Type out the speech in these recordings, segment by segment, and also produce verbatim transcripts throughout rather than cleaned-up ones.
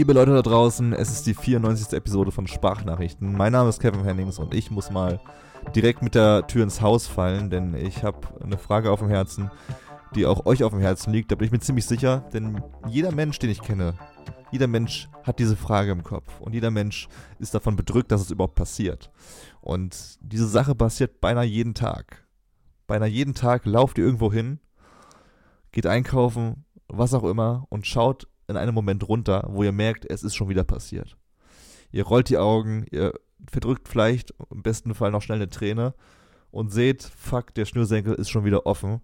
Liebe Leute da draußen, es ist die vierundneunzigste Episode von Sprachnachrichten. Mein Name ist Kevin Hennings und ich muss mal direkt mit der Tür ins Haus fallen, denn ich habe eine Frage auf dem Herzen, die auch euch auf dem Herzen liegt. Da bin ich mir ziemlich sicher, denn jeder Mensch, den ich kenne, jeder Mensch hat diese Frage im Kopf und jeder Mensch ist davon bedrückt, dass es überhaupt passiert. Und diese Sache passiert beinahe jeden Tag. Beinahe jeden Tag lauft ihr irgendwo hin, geht einkaufen, was auch immer und schaut in einem Moment runter, wo ihr merkt, es ist schon wieder passiert. Ihr rollt die Augen, ihr verdrückt vielleicht im besten Fall noch schnell eine Träne und seht, fuck, der Schnürsenkel ist schon wieder offen.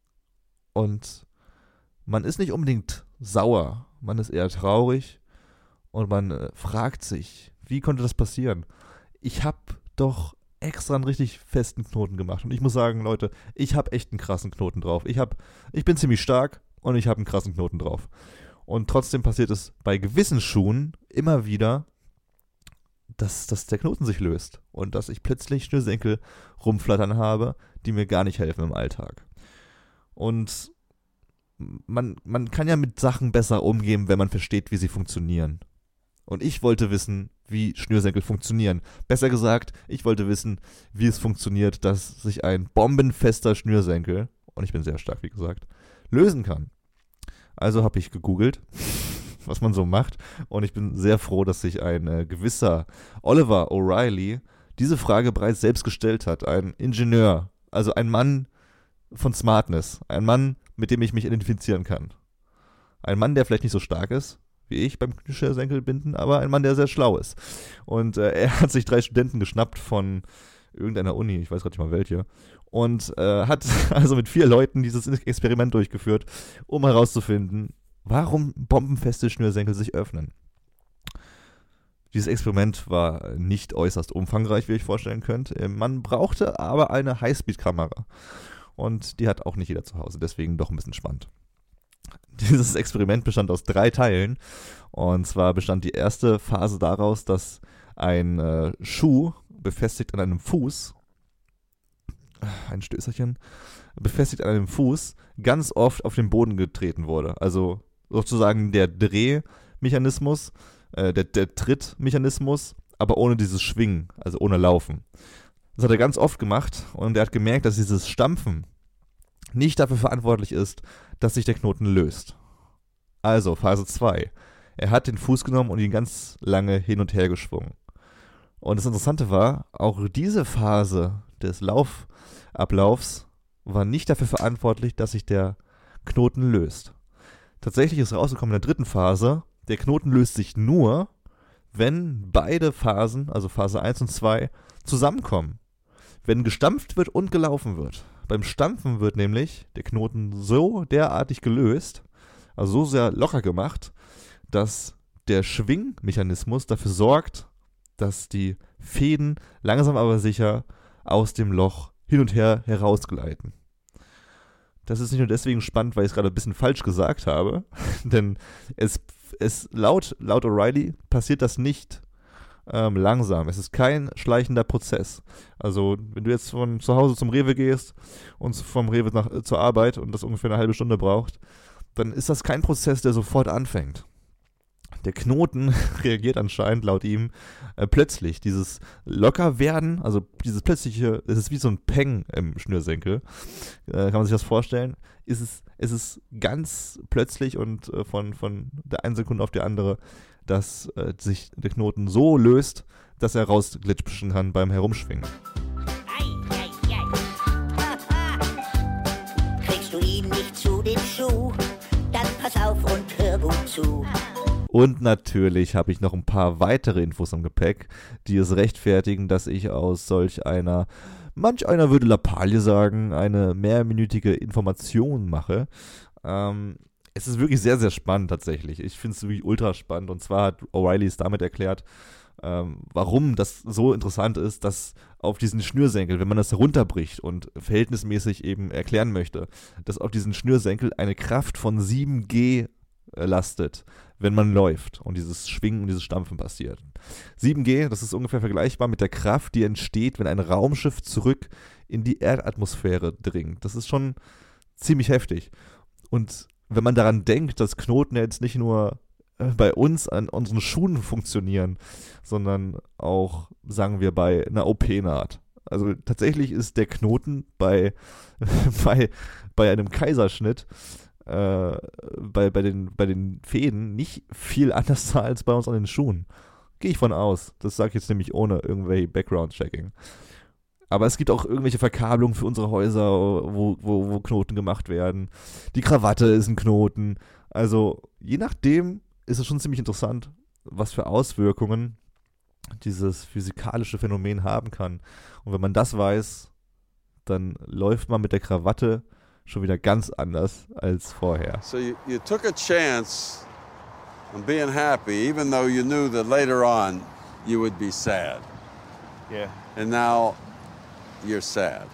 Und man ist nicht unbedingt sauer, man ist eher traurig und man äh, fragt sich, wie konnte das passieren? Ich habe doch extra einen richtig festen Knoten gemacht und ich muss sagen, Leute, ich habe echt einen krassen Knoten drauf. Ich, hab, ich bin ziemlich stark und ich habe einen krassen Knoten drauf. Und trotzdem passiert es bei gewissen Schuhen immer wieder, dass, dass der Knoten sich löst und dass ich plötzlich Schnürsenkel rumflattern habe, die mir gar nicht helfen im Alltag. Und man, man kann ja mit Sachen besser umgehen, wenn man versteht, wie sie funktionieren. Und ich wollte wissen, wie Schnürsenkel funktionieren. Besser gesagt, ich wollte wissen, wie es funktioniert, dass sich ein bombenfester Schnürsenkel, und ich bin sehr stark, wie gesagt, lösen kann. Also habe ich gegoogelt, was man so macht, und ich bin sehr froh, dass sich ein äh, gewisser Oliver O'Reilly diese Frage bereits selbst gestellt hat. Ein Ingenieur, also ein Mann von Smartness, ein Mann, mit dem ich mich identifizieren kann. Ein Mann, der vielleicht nicht so stark ist, wie ich beim Schnürsenkelbinden, aber ein Mann, der sehr schlau ist. Und äh, er hat sich drei Studenten geschnappt von irgendeiner Uni, ich weiß gerade nicht mal welche, und äh, hat also mit vier Leuten dieses Experiment durchgeführt, um herauszufinden, warum bombenfeste Schnürsenkel sich öffnen. Dieses Experiment war nicht äußerst umfangreich, wie ihr euch vorstellen könnt. Man brauchte aber eine Highspeed-Kamera. Und die hat auch nicht jeder zu Hause, deswegen doch ein bisschen spannend. Dieses Experiment bestand aus drei Teilen. Und zwar bestand die erste Phase daraus, dass ein äh, Schuh befestigt an einem Fuß, ein Stößerchen, befestigt an einem Fuß, ganz oft auf den Boden getreten wurde. Also sozusagen der Drehmechanismus, äh, der, der Trittmechanismus, aber ohne dieses Schwingen, also ohne Laufen. Das hat er ganz oft gemacht und er hat gemerkt, dass dieses Stampfen nicht dafür verantwortlich ist, dass sich der Knoten löst. Also Phase zwei. Er hat den Fuß genommen und ihn ganz lange hin und her geschwungen. Und das Interessante war, auch diese Phase des Laufablaufs war nicht dafür verantwortlich, dass sich der Knoten löst. Tatsächlich ist rausgekommen in der dritten Phase, der Knoten löst sich nur, wenn beide Phasen, also Phase eins und zwei, zusammenkommen. Wenn gestampft wird und gelaufen wird. Beim Stampfen wird nämlich der Knoten so derartig gelöst, also so sehr locker gemacht, dass der Schwingmechanismus dafür sorgt, dass die Fäden langsam aber sicher aus dem Loch hin und her herausgleiten. Das ist nicht nur deswegen spannend, weil ich es gerade ein bisschen falsch gesagt habe, denn es, es laut, laut O'Reilly passiert das nicht ähm, langsam. Es ist kein schleichender Prozess. Also wenn du jetzt von zu Hause zum Rewe gehst und vom Rewe nach, äh, zur Arbeit und das ungefähr eine halbe Stunde braucht, dann ist das kein Prozess, der sofort anfängt. Der Knoten reagiert anscheinend laut ihm äh, plötzlich. Dieses Lockerwerden, also dieses plötzliche, es ist wie so ein Peng im Schnürsenkel, äh, kann man sich das vorstellen, ist es, es ist ganz plötzlich und äh, von, von der einen Sekunde auf die andere, dass äh, sich der Knoten so löst, dass er rausglitschen kann beim Herumschwingen. Kriegst du ihn nicht zu den Schuh, dann pass auf und hör gut zu. Und natürlich habe ich noch ein paar weitere Infos im Gepäck, die es rechtfertigen, dass ich aus solch einer, manch einer würde Lappalie sagen, eine mehrminütige Information mache. Ähm, es ist wirklich sehr, sehr spannend tatsächlich. Ich finde es wirklich ultra spannend. Und zwar hat O'Reilly es damit erklärt, ähm, warum das so interessant ist, dass auf diesen Schnürsenkel, wenn man das runterbricht und verhältnismäßig eben erklären möchte, dass auf diesen Schnürsenkel eine Kraft von sieben G lastet, wenn man läuft und dieses Schwingen und dieses Stampfen passiert. sieben G, das ist ungefähr vergleichbar mit der Kraft, die entsteht, wenn ein Raumschiff zurück in die Erdatmosphäre dringt. Das ist schon ziemlich heftig. Und wenn man daran denkt, dass Knoten ja jetzt nicht nur äh, bei uns an unseren Schuhen funktionieren, sondern auch, sagen wir, bei einer O P-Naht. Also tatsächlich ist der Knoten bei, bei, bei einem Kaiserschnitt äh, bei, bei, den, bei den Fäden nicht viel anders als bei uns an den Schuhen. Gehe ich von aus. Das sage ich jetzt nämlich ohne irgendwelche Background-Checking. Aber es gibt auch irgendwelche Verkabelungen für unsere Häuser, wo, wo, wo Knoten gemacht werden. Die Krawatte ist ein Knoten. Also je nachdem ist es schon ziemlich interessant, was für Auswirkungen dieses physikalische Phänomen haben kann. Und wenn man das weiß, dann läuft man mit der Krawatte schon wieder ganz anders als vorher. So you, you took a chance on being happy, even though you knew that later on you would be sad. Yeah. And now you're sad.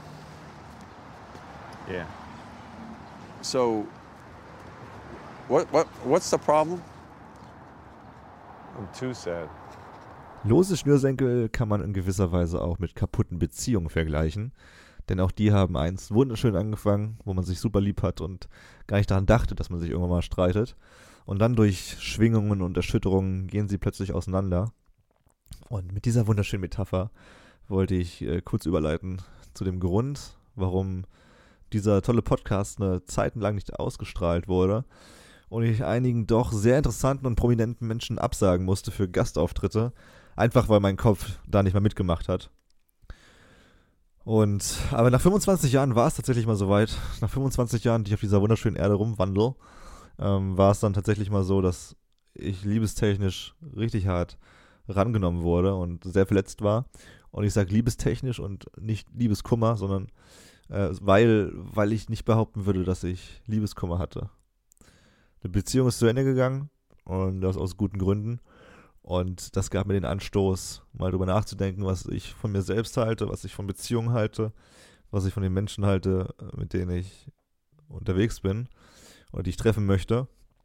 Yeah. So what what what's the problem? I'm too sad. Lose Schnürsenkel kann man in gewisser Weise auch mit kaputten Beziehungen vergleichen, denn auch die haben einst wunderschön angefangen, wo man sich super lieb hat und gar nicht daran dachte, dass man sich irgendwann mal streitet. Und dann durch Schwingungen und Erschütterungen gehen sie plötzlich auseinander. Und mit dieser wunderschönen Metapher wollte ich äh, kurz überleiten zu dem Grund, warum dieser tolle Podcast eine Zeit lang nicht ausgestrahlt wurde und ich einigen doch sehr interessanten und prominenten Menschen absagen musste für Gastauftritte, einfach weil mein Kopf da nicht mehr mitgemacht hat. Und, aber nach fünfundzwanzig Jahren war es tatsächlich mal soweit. Nach fünfundzwanzig Jahren, die ich auf dieser wunderschönen Erde rumwandel, ähm, war es dann tatsächlich mal so, dass ich liebestechnisch richtig hart rangenommen wurde und sehr verletzt war. Und ich sage liebestechnisch und nicht Liebeskummer, sondern äh, weil, weil ich nicht behaupten würde, dass ich Liebeskummer hatte. Eine Beziehung ist zu Ende gegangen und das aus guten Gründen. Und das gab mir den Anstoß, mal drüber nachzudenken, was ich von mir selbst halte, was ich von Beziehungen halte, was ich von den Menschen halte, mit denen ich unterwegs bin oder die ich treffen möchte.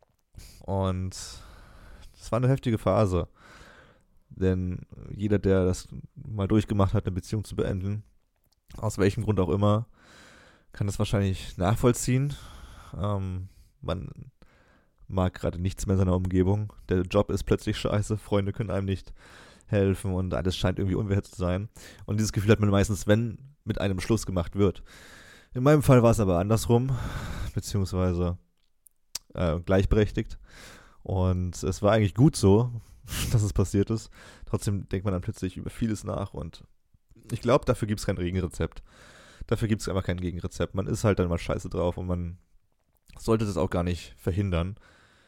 Und das war eine heftige Phase. Denn jeder, der das mal durchgemacht hat, eine Beziehung zu beenden, aus welchem Grund auch immer, kann das wahrscheinlich nachvollziehen. Ähm, man mag gerade nichts mehr in seiner Umgebung. Der Job ist plötzlich scheiße, Freunde können einem nicht helfen und alles scheint irgendwie unfair zu sein. Und dieses Gefühl hat man meistens, wenn mit einem Schluss gemacht wird. In meinem Fall war es aber andersrum, beziehungsweise äh, gleichberechtigt. Und es war eigentlich gut so, dass es passiert ist. Trotzdem denkt man dann plötzlich über vieles nach und ich glaube, dafür gibt es kein Gegenrezept. Dafür gibt es einfach kein Gegenrezept. Man ist halt dann mal scheiße drauf und man sollte das auch gar nicht verhindern.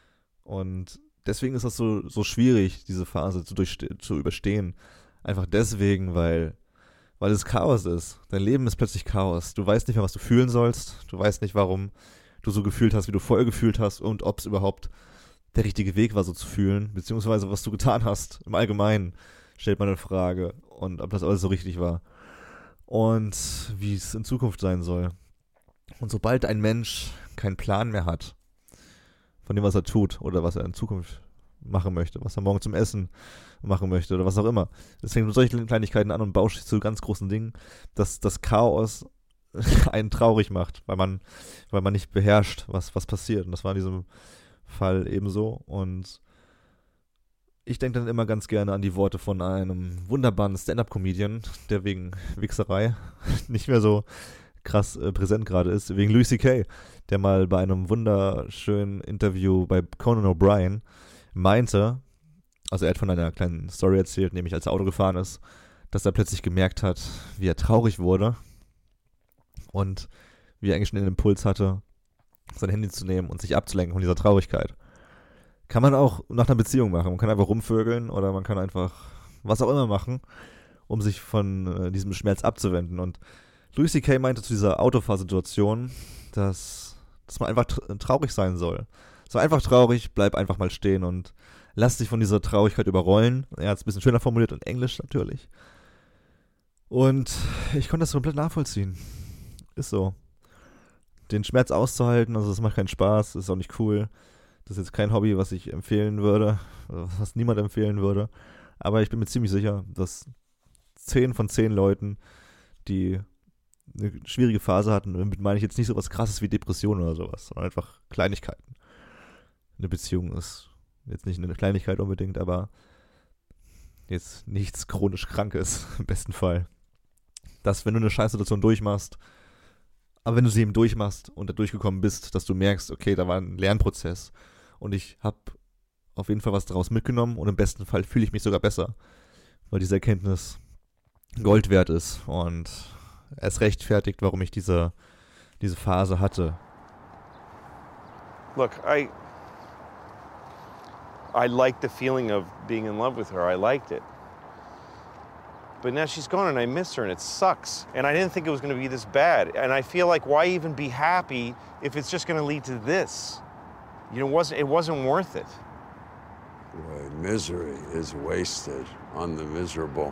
Und deswegen ist das so, so schwierig, diese Phase zu, durchste- zu überstehen. Einfach deswegen, weil, weil es Chaos ist. Dein Leben ist plötzlich Chaos. Du weißt nicht mehr, was du fühlen sollst. Du weißt nicht, warum du so gefühlt hast, wie du vorher gefühlt hast und ob es überhaupt der richtige Weg war, so zu fühlen, beziehungsweise was du getan hast. Im Allgemeinen stellt man eine Frage und ob das alles so richtig war und wie es in Zukunft sein soll. Und sobald ein Mensch keinen Plan mehr hat von dem, was er tut oder was er in Zukunft machen möchte, was er morgen zum Essen machen möchte oder was auch immer, das fängt mit solchen Kleinigkeiten an und bauscht sich zu ganz großen Dingen, dass das Chaos einen traurig macht, weil man, weil man nicht beherrscht, was, was passiert. Und das war in diesem Fall ebenso. Und ich denke dann immer ganz gerne an die Worte von einem wunderbaren Stand-Up-Comedian, der wegen Wichserei nicht mehr so krass äh, präsent gerade ist, wegen Louis C K, der mal bei einem wunderschönen Interview bei Conan O'Brien meinte, also er hat von einer kleinen Story erzählt, nämlich als er Auto gefahren ist, dass er plötzlich gemerkt hat, wie er traurig wurde und wie er eigentlich schon den Impuls hatte, sein Handy zu nehmen und sich abzulenken von dieser Traurigkeit. Kann man auch nach einer Beziehung machen. Man kann einfach rumvögeln oder man kann einfach was auch immer machen, um sich von äh, diesem Schmerz abzuwenden. Und Louis C K meinte zu dieser Autofahrsituation, dass, dass man einfach tra- traurig sein soll. So einfach traurig, bleib einfach mal stehen und lass dich von dieser Traurigkeit überrollen. Er hat es ein bisschen schöner formuliert und Englisch natürlich. Und ich konnte das komplett nachvollziehen. Ist so. Den Schmerz auszuhalten, also das macht keinen Spaß, ist auch nicht cool. Das ist jetzt kein Hobby, was ich empfehlen würde, was niemand empfehlen würde. Aber ich bin mir ziemlich sicher, dass zehn von zehn Leuten, die eine schwierige Phase hatten, damit meine ich jetzt nicht so was Krasses wie Depressionen oder sowas, sondern einfach Kleinigkeiten. Eine Beziehung ist Jetzt nicht eine Kleinigkeit unbedingt, aber jetzt nichts chronisch Krankes im besten Fall. Dass, wenn du eine Scheißsituation durchmachst, aber wenn du sie eben durchmachst und da durchgekommen bist, dass du merkst, okay, da war ein Lernprozess und ich habe auf jeden Fall was daraus mitgenommen und im besten Fall fühle ich mich sogar besser, weil diese Erkenntnis Gold wert ist und es rechtfertigt, warum ich diese, diese Phase hatte. Look, I I liked the feeling of being in love with her. I liked it. But now she's gone and I miss her and it sucks. And I didn't think it was going to be this bad. And I feel like why even be happy if it's just going to lead to this? You know, it wasn't, it wasn't worth it. Boy, misery is wasted on the miserable.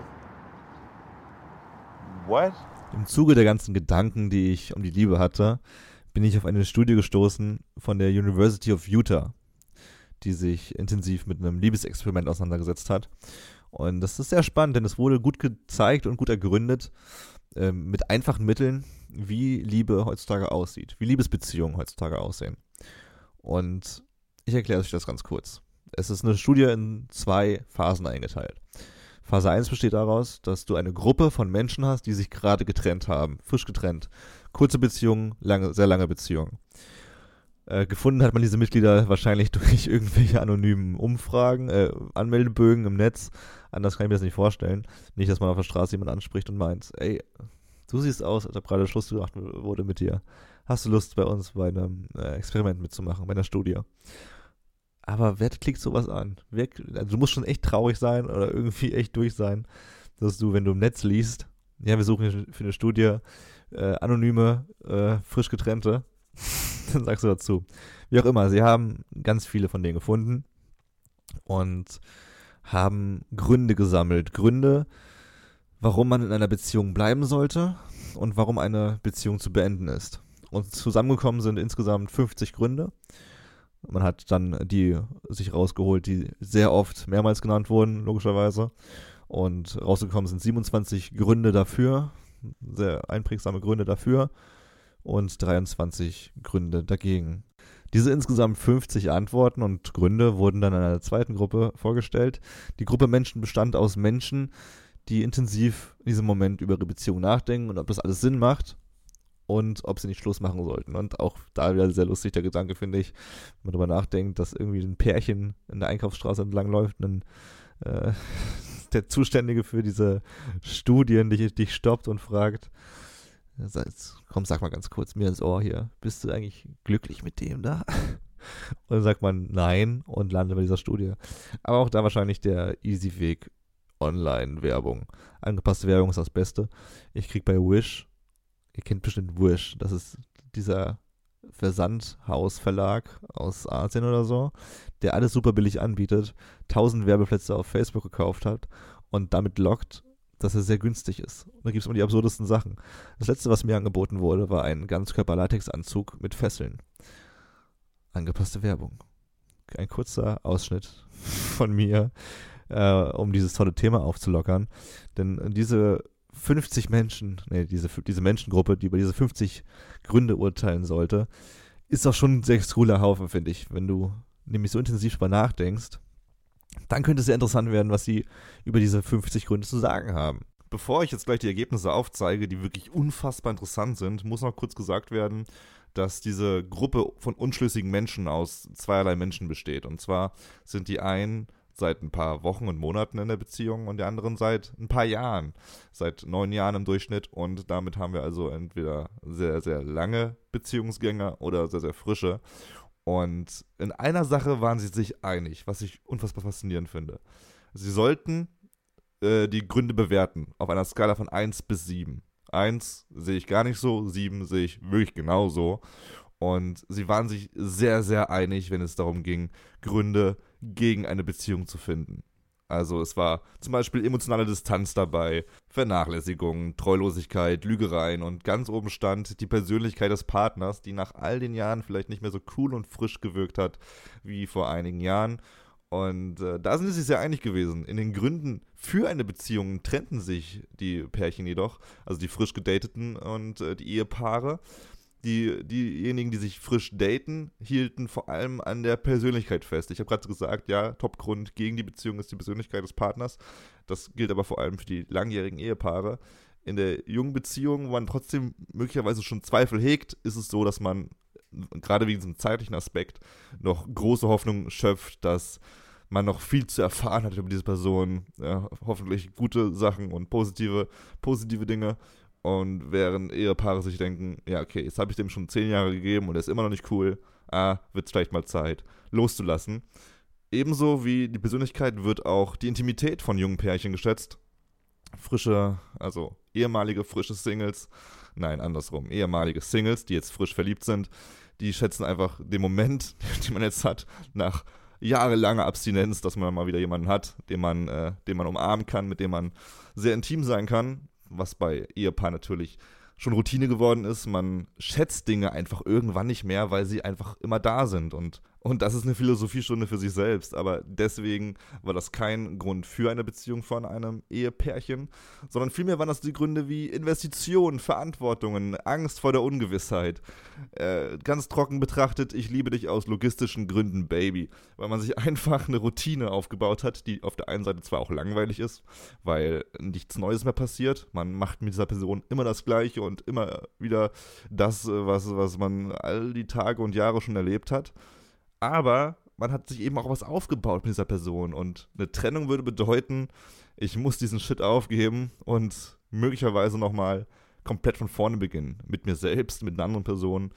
What? Im Zuge der ganzen Gedanken, die ich um die Liebe hatte, bin ich auf eine Studie gestoßen von der University of Utah, die sich intensiv mit einem Liebesexperiment auseinandergesetzt hat. Und das ist sehr spannend, denn es wurde gut gezeigt und gut ergründet, äh, mit einfachen Mitteln, wie Liebe heutzutage aussieht, wie Liebesbeziehungen heutzutage aussehen. Und ich erkläre euch das ganz kurz. Es ist eine Studie in zwei Phasen eingeteilt. Phase eins besteht daraus, dass du eine Gruppe von Menschen hast, die sich gerade getrennt haben, frisch getrennt. Kurze Beziehungen, lange, sehr lange Beziehungen. Äh, gefunden hat man diese Mitglieder wahrscheinlich durch irgendwelche anonymen Umfragen, äh, Anmeldebögen im Netz. Anders kann ich mir das nicht vorstellen. Nicht, dass man auf der Straße jemanden anspricht und meint, ey, du siehst aus, als ob gerade Schluss gemacht wurde mit dir. Hast du Lust, bei uns bei einem äh, Experiment mitzumachen, bei einer Studie? Aber wer klickt sowas an? Wer, also du musst schon echt traurig sein oder irgendwie echt durch sein, dass du, wenn du im Netz liest, ja, wir suchen für eine Studie äh, anonyme, äh, frisch getrennte, dann sagst du dazu. Wie auch immer, sie haben ganz viele von denen gefunden und haben Gründe gesammelt. Gründe, warum man in einer Beziehung bleiben sollte und warum eine Beziehung zu beenden ist. Und zusammengekommen sind insgesamt fünfzig Gründe. Man hat dann die sich rausgeholt, die sehr oft mehrmals genannt wurden, logischerweise. Und rausgekommen sind siebenundzwanzig Gründe dafür, sehr einprägsame Gründe dafür und dreiundzwanzig Gründe dagegen. Diese insgesamt fünfzig Antworten und Gründe wurden dann einer zweiten Gruppe vorgestellt. Die Gruppe Menschen bestand aus Menschen, die intensiv in diesem Moment über ihre Beziehung nachdenken und ob das alles Sinn macht und ob sie nicht Schluss machen sollten. Und auch da wieder sehr lustig der Gedanke, finde ich, wenn man darüber nachdenkt, dass irgendwie ein Pärchen in der Einkaufsstraße entlang läuft und äh, der Zuständige für diese Studien dich, dich stoppt und fragt, komm, sag mal ganz kurz mir ins Ohr hier, bist du eigentlich glücklich mit dem da? Und dann sagt man nein und landet bei dieser Studie. Aber auch da wahrscheinlich der easy Weg, Online-Werbung. Angepasste Werbung ist das Beste. Ich krieg bei Wish, ihr kennt bestimmt Wish, das ist dieser Versandhausverlag aus Asien oder so, der alles super billig anbietet, tausend Werbeplätze auf Facebook gekauft hat und damit lockt, dass er sehr günstig ist. Und da gibt es immer die absurdesten Sachen. Das letzte, was mir angeboten wurde, war ein Ganzkörper-Latex-Anzug mit Fesseln. Angepasste Werbung. Ein kurzer Ausschnitt von mir, äh, um dieses tolle Thema aufzulockern. Denn diese fünfzig Menschen, nee, diese, diese Menschengruppe, die über diese fünfzig Gründe urteilen sollte, ist doch schon ein sehr cooler Haufen, finde ich. Wenn du nämlich so intensiv drüber nachdenkst, dann könnte es sehr interessant werden, was sie über diese fünfzig Gründe zu sagen haben. Bevor ich jetzt gleich die Ergebnisse aufzeige, die wirklich unfassbar interessant sind, muss noch kurz gesagt werden, dass diese Gruppe von unschlüssigen Menschen aus zweierlei Menschen besteht. Und zwar sind die einen seit ein paar Wochen und Monaten in der Beziehung und die anderen seit ein paar Jahren, seit neun Jahren im Durchschnitt. Und damit haben wir also entweder sehr, sehr lange Beziehungsgänger oder sehr, sehr frische. Und in einer Sache waren sie sich einig, was ich unfassbar faszinierend finde. Sie sollten äh, die Gründe bewerten auf einer Skala von eins bis sieben. eins sehe ich gar nicht so, sieben sehe ich wirklich genauso. Und sie waren sich sehr, sehr einig, wenn es darum ging, Gründe gegen eine Beziehung zu finden. Also es war zum Beispiel emotionale Distanz dabei, Vernachlässigung, Treulosigkeit, Lügereien und ganz oben stand die Persönlichkeit des Partners, die nach all den Jahren vielleicht nicht mehr so cool und frisch gewirkt hat wie vor einigen Jahren. Und äh, da sind sie sich sehr einig gewesen. In den Gründen für eine Beziehung trennten sich die Pärchen jedoch, also die frisch gedateten und äh, die Ehepaare. Die, diejenigen, die sich frisch daten, hielten vor allem an der Persönlichkeit fest. Ich habe gerade gesagt, ja, Topgrund gegen die Beziehung ist die Persönlichkeit des Partners. Das gilt aber vor allem für die langjährigen Ehepaare. In der jungen Beziehung, wo man trotzdem möglicherweise schon Zweifel hegt, ist es so, dass man gerade wegen diesem zeitlichen Aspekt noch große Hoffnung schöpft, dass man noch viel zu erfahren hat über diese Person. Ja, hoffentlich gute Sachen und positive, positive Dinge. Und während Ehepaare sich denken, ja okay, jetzt habe ich dem schon zehn Jahre gegeben und er ist immer noch nicht cool, ah, wird es vielleicht mal Zeit, loszulassen. Ebenso wie die Persönlichkeit wird auch die Intimität von jungen Pärchen geschätzt. Frische, also ehemalige frische Singles, nein, andersrum, ehemalige Singles, die jetzt frisch verliebt sind, die schätzen einfach den Moment, den man jetzt hat, nach jahrelanger Abstinenz, dass man mal wieder jemanden hat, den man, äh, den man umarmen kann, mit dem man sehr intim sein kann, was bei Ehepaaren natürlich schon Routine geworden ist. Man schätzt Dinge einfach irgendwann nicht mehr, weil sie einfach immer da sind. Und, und das ist eine Philosophiestunde für sich selbst. Aber deswegen war das kein Grund für eine Beziehung von einem Ehepärchen, sondern vielmehr waren das die Gründe wie Investitionen, Verantwortungen, Angst vor der Ungewissheit. Äh, ganz trocken betrachtet, ich liebe dich aus logistischen Gründen, Baby. Weil man sich einfach eine Routine aufgebaut hat, die auf der einen Seite zwar auch langweilig ist, weil nichts Neues mehr passiert. Man macht mit dieser Person immer das Gleiche und immer wieder das, was, was man all die Tage und Jahre schon erlebt hat. Aber man hat sich eben auch was aufgebaut mit dieser Person. Und eine Trennung würde bedeuten, ich muss diesen Shit aufgeben und möglicherweise nochmal komplett von vorne beginnen. Mit mir selbst, mit einer anderen Person.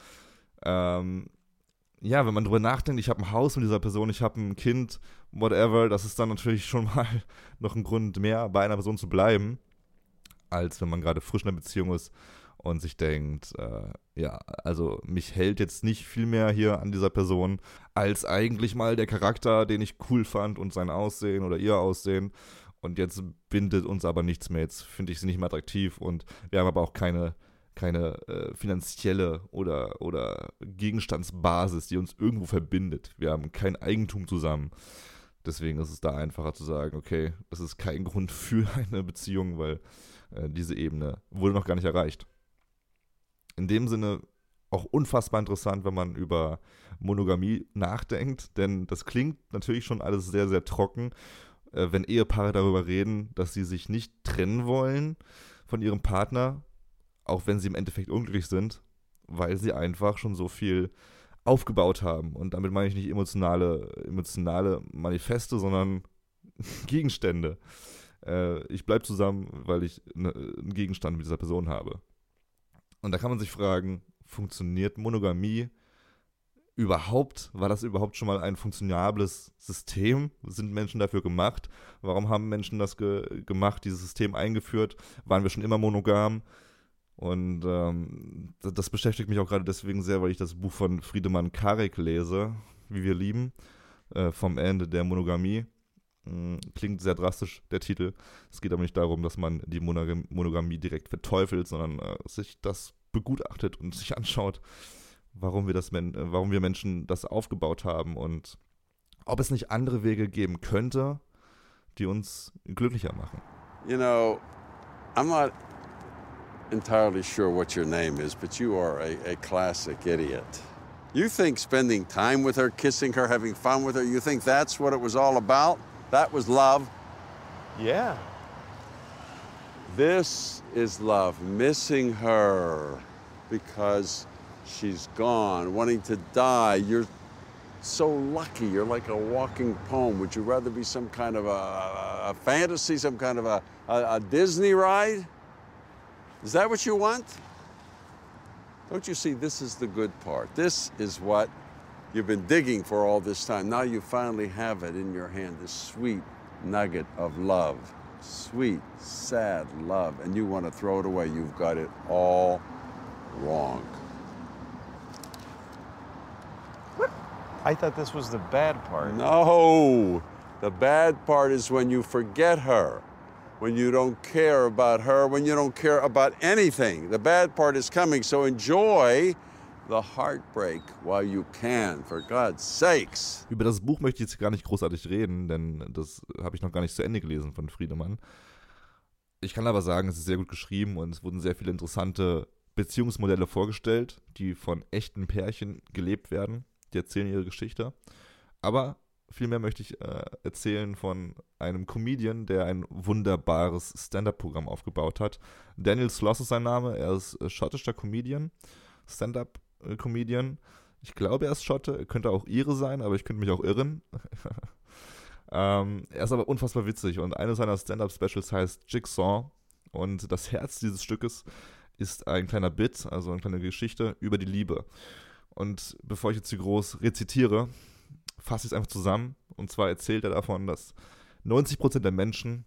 Ähm, ja, wenn man drüber nachdenkt, ich habe ein Haus mit dieser Person, ich habe ein Kind, whatever, das ist dann natürlich schon mal noch ein Grund mehr, bei einer Person zu bleiben, als wenn man gerade frisch in einer Beziehung ist und sich denkt, äh, ja, also mich hält jetzt nicht viel mehr hier an dieser Person, als eigentlich mal der Charakter, den ich cool fand und sein Aussehen oder ihr Aussehen. Und jetzt bindet uns aber nichts mehr, jetzt finde ich sie nicht mehr attraktiv und wir haben aber auch keine, keine äh, finanzielle oder, oder Gegenstandsbasis, die uns irgendwo verbindet. Wir haben kein Eigentum zusammen. Deswegen ist es da einfacher zu sagen, okay, das ist kein Grund für eine Beziehung, weil äh, diese Ebene wurde noch gar nicht erreicht. In dem Sinne auch unfassbar interessant, wenn man über Monogamie nachdenkt, denn das klingt natürlich schon alles sehr, sehr trocken, äh, wenn Ehepaare darüber reden, dass sie sich nicht trennen wollen von ihrem Partner, auch wenn sie im Endeffekt unglücklich sind, weil sie einfach schon so viel aufgebaut haben. Und damit meine ich nicht emotionale, emotionale Manifeste, sondern Gegenstände. Äh, ich bleibe zusammen, weil ich ne, einen Gegenstand mit dieser Person habe. Und da kann man sich fragen, funktioniert Monogamie überhaupt? War das überhaupt schon mal ein funktionables System? Sind Menschen dafür gemacht? Warum haben Menschen das ge- gemacht, dieses System eingeführt? Waren wir schon immer monogam? Und ähm, das, das beschäftigt mich auch gerade deswegen sehr, weil ich das Buch von Friedemann Karik lese, Wie wir lieben, äh, vom Ende der Monogamie. Klingt sehr drastisch, der Titel. Es geht aber nicht darum, dass man die Monogam- Monogamie direkt verteufelt, sondern äh, sich das begutachtet und sich anschaut, warum wir, das Men- äh, warum wir Menschen das aufgebaut haben und ob es nicht andere Wege geben könnte, die uns glücklicher machen. You know, I'm not entirely sure what your name is, but you are a, a classic idiot. You think spending time with her, kissing her, having fun with her, you think that's what it was all about? That was love? Yeah. This is love, missing her because she's gone, wanting to die. You're so lucky. You're like a walking poem. Would you rather be some kind of a, a fantasy, some kind of a, a, a Disney ride? Is that what you want? Don't you see, this is the good part. This is what you've been digging for all this time. Now you finally have it in your hand, this sweet nugget of love. Sweet, sad love. And you want to throw it away. You've got it all wrong. I thought this was the bad part. No, the bad part is when you forget her, when you don't care about her, when you don't care about anything. The bad part is coming, so enjoy the heartbreak while you can, for God's sakes. Über das Buch möchte ich jetzt gar nicht großartig reden, denn das habe ich noch gar nicht zu Ende gelesen von Friedemann. Ich kann aber sagen, es ist sehr gut geschrieben und es wurden sehr viele interessante Beziehungsmodelle vorgestellt, die von echten Pärchen gelebt werden. Die erzählen ihre Geschichte. Aber vielmehr möchte ich äh, erzählen von einem Comedian, der ein wunderbares Stand-Up-Programm aufgebaut hat. Daniel Sloss ist sein Name. Er ist äh, schottischer Comedian, Stand-Up-Comedian. Ich glaube, er ist Schotte. Er könnte auch Ire sein, aber ich könnte mich auch irren. ähm, er ist aber unfassbar witzig. Und eines seiner Stand-Up-Specials heißt Jigsaw. Und das Herz dieses Stückes ist ein kleiner Bit, also eine kleine Geschichte über die Liebe. Und bevor ich jetzt hier groß rezitiere, fasse ich es einfach zusammen. Und zwar erzählt er davon, dass neunzig Prozent der Menschen,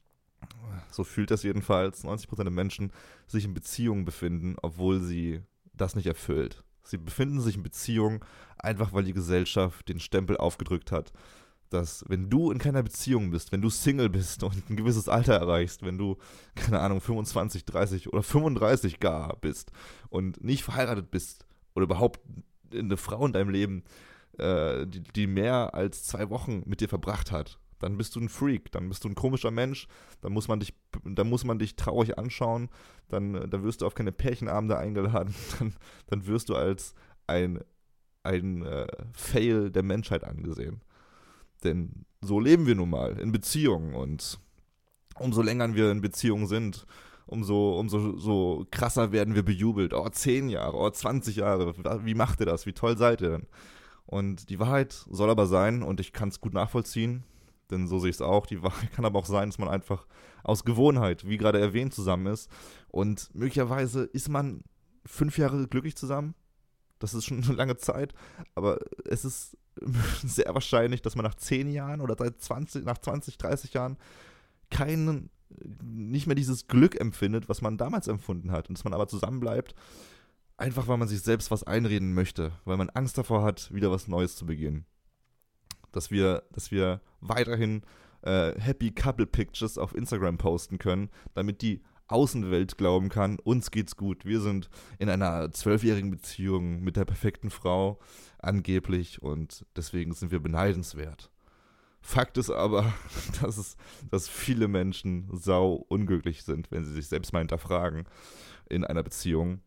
so fühlt das jedenfalls, neunzig Prozent der Menschen sich in Beziehungen befinden, obwohl sie das nicht erfüllt. Sie befinden sich in Beziehungen, einfach weil die Gesellschaft den Stempel aufgedrückt hat, dass wenn du in keiner Beziehung bist, wenn du Single bist und ein gewisses Alter erreichst, wenn du, keine Ahnung, fünfundzwanzig, dreißig oder fünfunddreißig gar bist und nicht verheiratet bist oder überhaupt eine Frau in deinem Leben, äh, die, die mehr als zwei Wochen mit dir verbracht hat, dann bist du ein Freak, dann bist du ein komischer Mensch, dann muss man dich, dann muss man dich traurig anschauen, dann, dann wirst du auf keine Pärchenabende eingeladen, dann, dann wirst du als ein, ein äh, Fail der Menschheit angesehen. Denn so leben wir nun mal, in Beziehungen. Und umso länger wir in Beziehungen sind, umso, umso so krasser werden wir bejubelt. Oh, zehn Jahre, oh, zwanzig Jahre, wie macht ihr das? Wie toll seid ihr denn? Und die Wahrheit soll aber sein, und ich kann es gut nachvollziehen, denn so sehe ich es auch, die Wahrheit kann aber auch sein, dass man einfach aus Gewohnheit, wie gerade erwähnt, zusammen ist. Und möglicherweise ist man fünf Jahre glücklich zusammen. Das ist schon eine lange Zeit, aber es ist sehr wahrscheinlich, dass man nach zehn Jahren oder seit zwanzig, nach zwanzig, dreißig Jahren keinen, nicht mehr dieses Glück empfindet, was man damals empfunden hat. Und dass man aber zusammenbleibt, einfach weil man sich selbst was einreden möchte, weil man Angst davor hat, wieder was Neues zu beginnen. Dass wir, dass wir weiterhin äh, Happy Couple Pictures auf Instagram posten können, damit die Außenwelt glauben kann, uns geht's gut. Wir sind in einer zwölfjährigen Beziehung mit der perfekten Frau, angeblich, und deswegen sind wir beneidenswert. Fakt ist aber, dass, es, dass viele Menschen sau unglücklich sind, wenn sie sich selbst mal hinterfragen in einer Beziehung.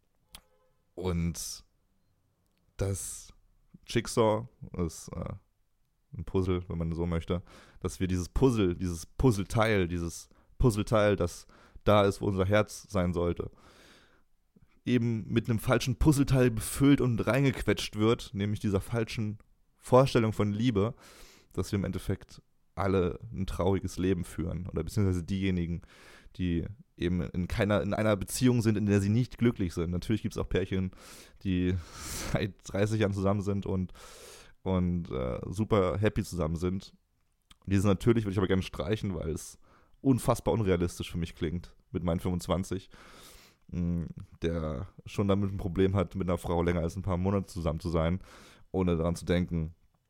Und das Jigsaw ist äh, ein Puzzle, wenn man so möchte, dass wir dieses Puzzle, dieses Puzzleteil, dieses Puzzleteil, das da ist, wo unser Herz sein sollte, eben mit einem falschen Puzzleteil befüllt und reingequetscht wird, nämlich dieser falschen Vorstellung von Liebe, dass wir im Endeffekt alle ein trauriges Leben führen, oder beziehungsweise diejenigen, die eben in keiner, in einer Beziehung sind, in der sie nicht glücklich sind. Natürlich gibt es auch Pärchen, die seit dreißig Jahren zusammen sind und, und äh, super happy zusammen sind. Diese natürlich würde ich aber gerne streichen, weil es unfassbar unrealistisch für mich klingt, mit meinen fünfundzwanzig, der schon damit ein Problem hat, mit einer Frau länger als ein paar Monate zusammen zu sein, ohne daran zu denken,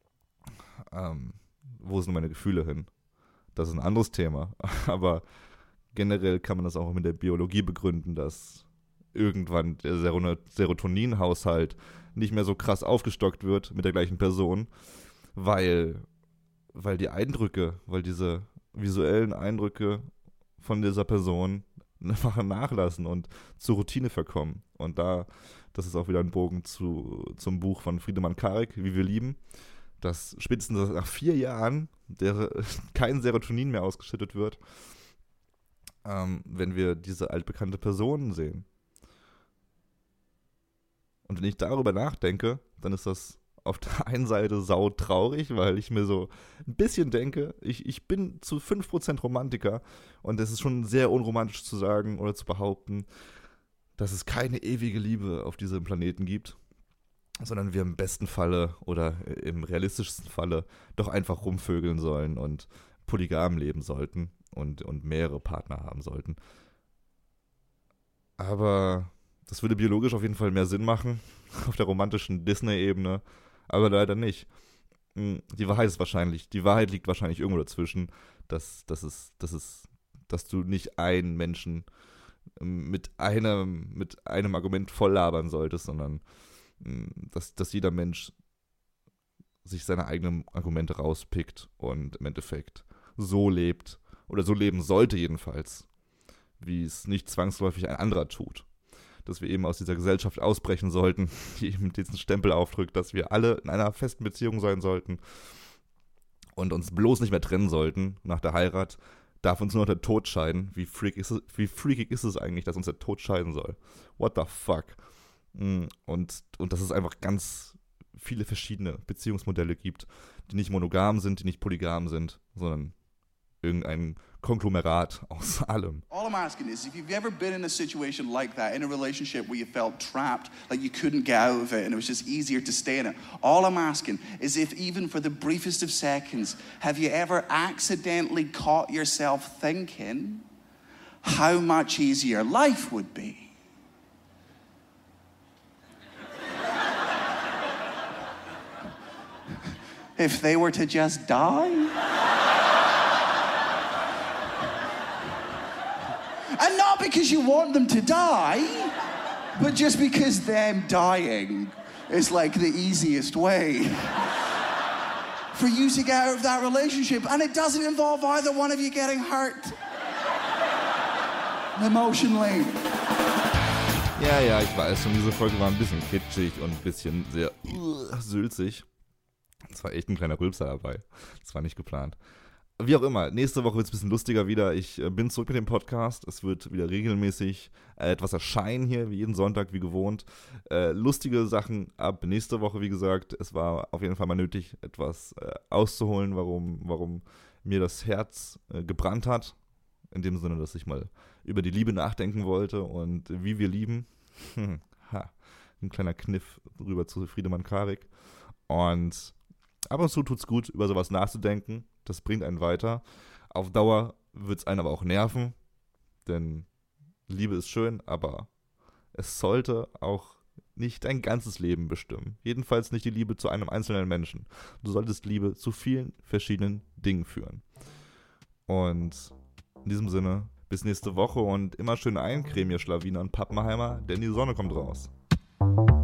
ähm, wo sind meine Gefühle hin? Das ist ein anderes Thema, aber generell kann man das auch mit der Biologie begründen, dass irgendwann der Serotoninhaushalt nicht mehr so krass aufgestockt wird mit der gleichen Person, weil, weil die Eindrücke, weil diese visuellen Eindrücke von dieser Person einfach nachlassen und zur Routine verkommen. Und da, das ist auch wieder ein Bogen zu, zum Buch von Friedemann Karik, Wie wir lieben, dass spätestens nach vier Jahren der, kein Serotonin mehr ausgeschüttet wird, ähm, wenn wir diese altbekannte Person sehen. Und wenn ich darüber nachdenke, dann ist das auf der einen Seite sau traurig, weil ich mir so ein bisschen denke, ich, ich bin zu fünf Prozent Romantiker, und es ist schon sehr unromantisch zu sagen oder zu behaupten, dass es keine ewige Liebe auf diesem Planeten gibt, sondern wir im besten Falle oder im realistischsten Falle doch einfach rumvögeln sollen und polygam leben sollten und, und mehrere Partner haben sollten. Aber das würde biologisch auf jeden Fall mehr Sinn machen, auf der romantischen Disney-Ebene, aber leider nicht. Die Wahrheit ist wahrscheinlich, die Wahrheit liegt wahrscheinlich irgendwo dazwischen, dass, dass, es, dass, es, dass du nicht einen Menschen mit einem, mit einem Argument voll labern solltest, sondern dass, dass jeder Mensch sich seine eigenen Argumente rauspickt und im Endeffekt so lebt, oder so leben sollte jedenfalls, wie es nicht zwangsläufig ein anderer tut. dass wir eben aus dieser Gesellschaft ausbrechen sollten, die eben diesen Stempel aufdrückt, dass wir alle in einer festen Beziehung sein sollten und uns bloß nicht mehr trennen sollten nach der Heirat. Darf uns nur noch der Tod scheiden. Wie, freak ist es, wie freakig ist es eigentlich, dass uns der Tod scheiden soll? What the fuck? Und, und dass es einfach ganz viele verschiedene Beziehungsmodelle gibt, die nicht monogam sind, die nicht polygam sind, sondern irgendein Konglomerat aus allem. All I'm asking is, if you've ever been in a situation like that, in a relationship where you felt trapped, like you couldn't get out of it and it was just easier to stay in it, all I'm asking is if even for the briefest of seconds, have you ever accidentally caught yourself thinking how much easier life would be? If they were to just die? And not because you want them to die, but just because them dying is like the easiest way for you to get out of that relationship. And it doesn't involve either one of you getting hurt emotionally. Ja, ja, ich weiß schon, diese Folge war ein bisschen kitschig und ein bisschen sehr uh, sülzig. Es war echt ein kleiner Rülpser dabei. Das war nicht geplant. Wie auch immer, nächste Woche wird es ein bisschen lustiger wieder. Ich äh, bin zurück mit dem Podcast. Es wird wieder regelmäßig äh, etwas erscheinen hier, wie jeden Sonntag, wie gewohnt. Äh, lustige Sachen ab nächste Woche, wie gesagt. Es war auf jeden Fall mal nötig, etwas äh, auszuholen, warum, warum mir das Herz äh, gebrannt hat. In dem Sinne, dass ich mal über die Liebe nachdenken wollte und wie wir lieben. Hm, ha, ein kleiner Kniff rüber zu Friedemann Karik. Und ab und zu tut es gut, über sowas nachzudenken. Das bringt einen weiter. Auf Dauer wird es einen aber auch nerven, denn Liebe ist schön, aber es sollte auch nicht dein ganzes Leben bestimmen. Jedenfalls nicht die Liebe zu einem einzelnen Menschen. Du solltest Liebe zu vielen verschiedenen Dingen führen. Und in diesem Sinne, bis nächste Woche und immer schön eincremen, ihr Schlawiner und Pappenheimer, denn die Sonne kommt raus.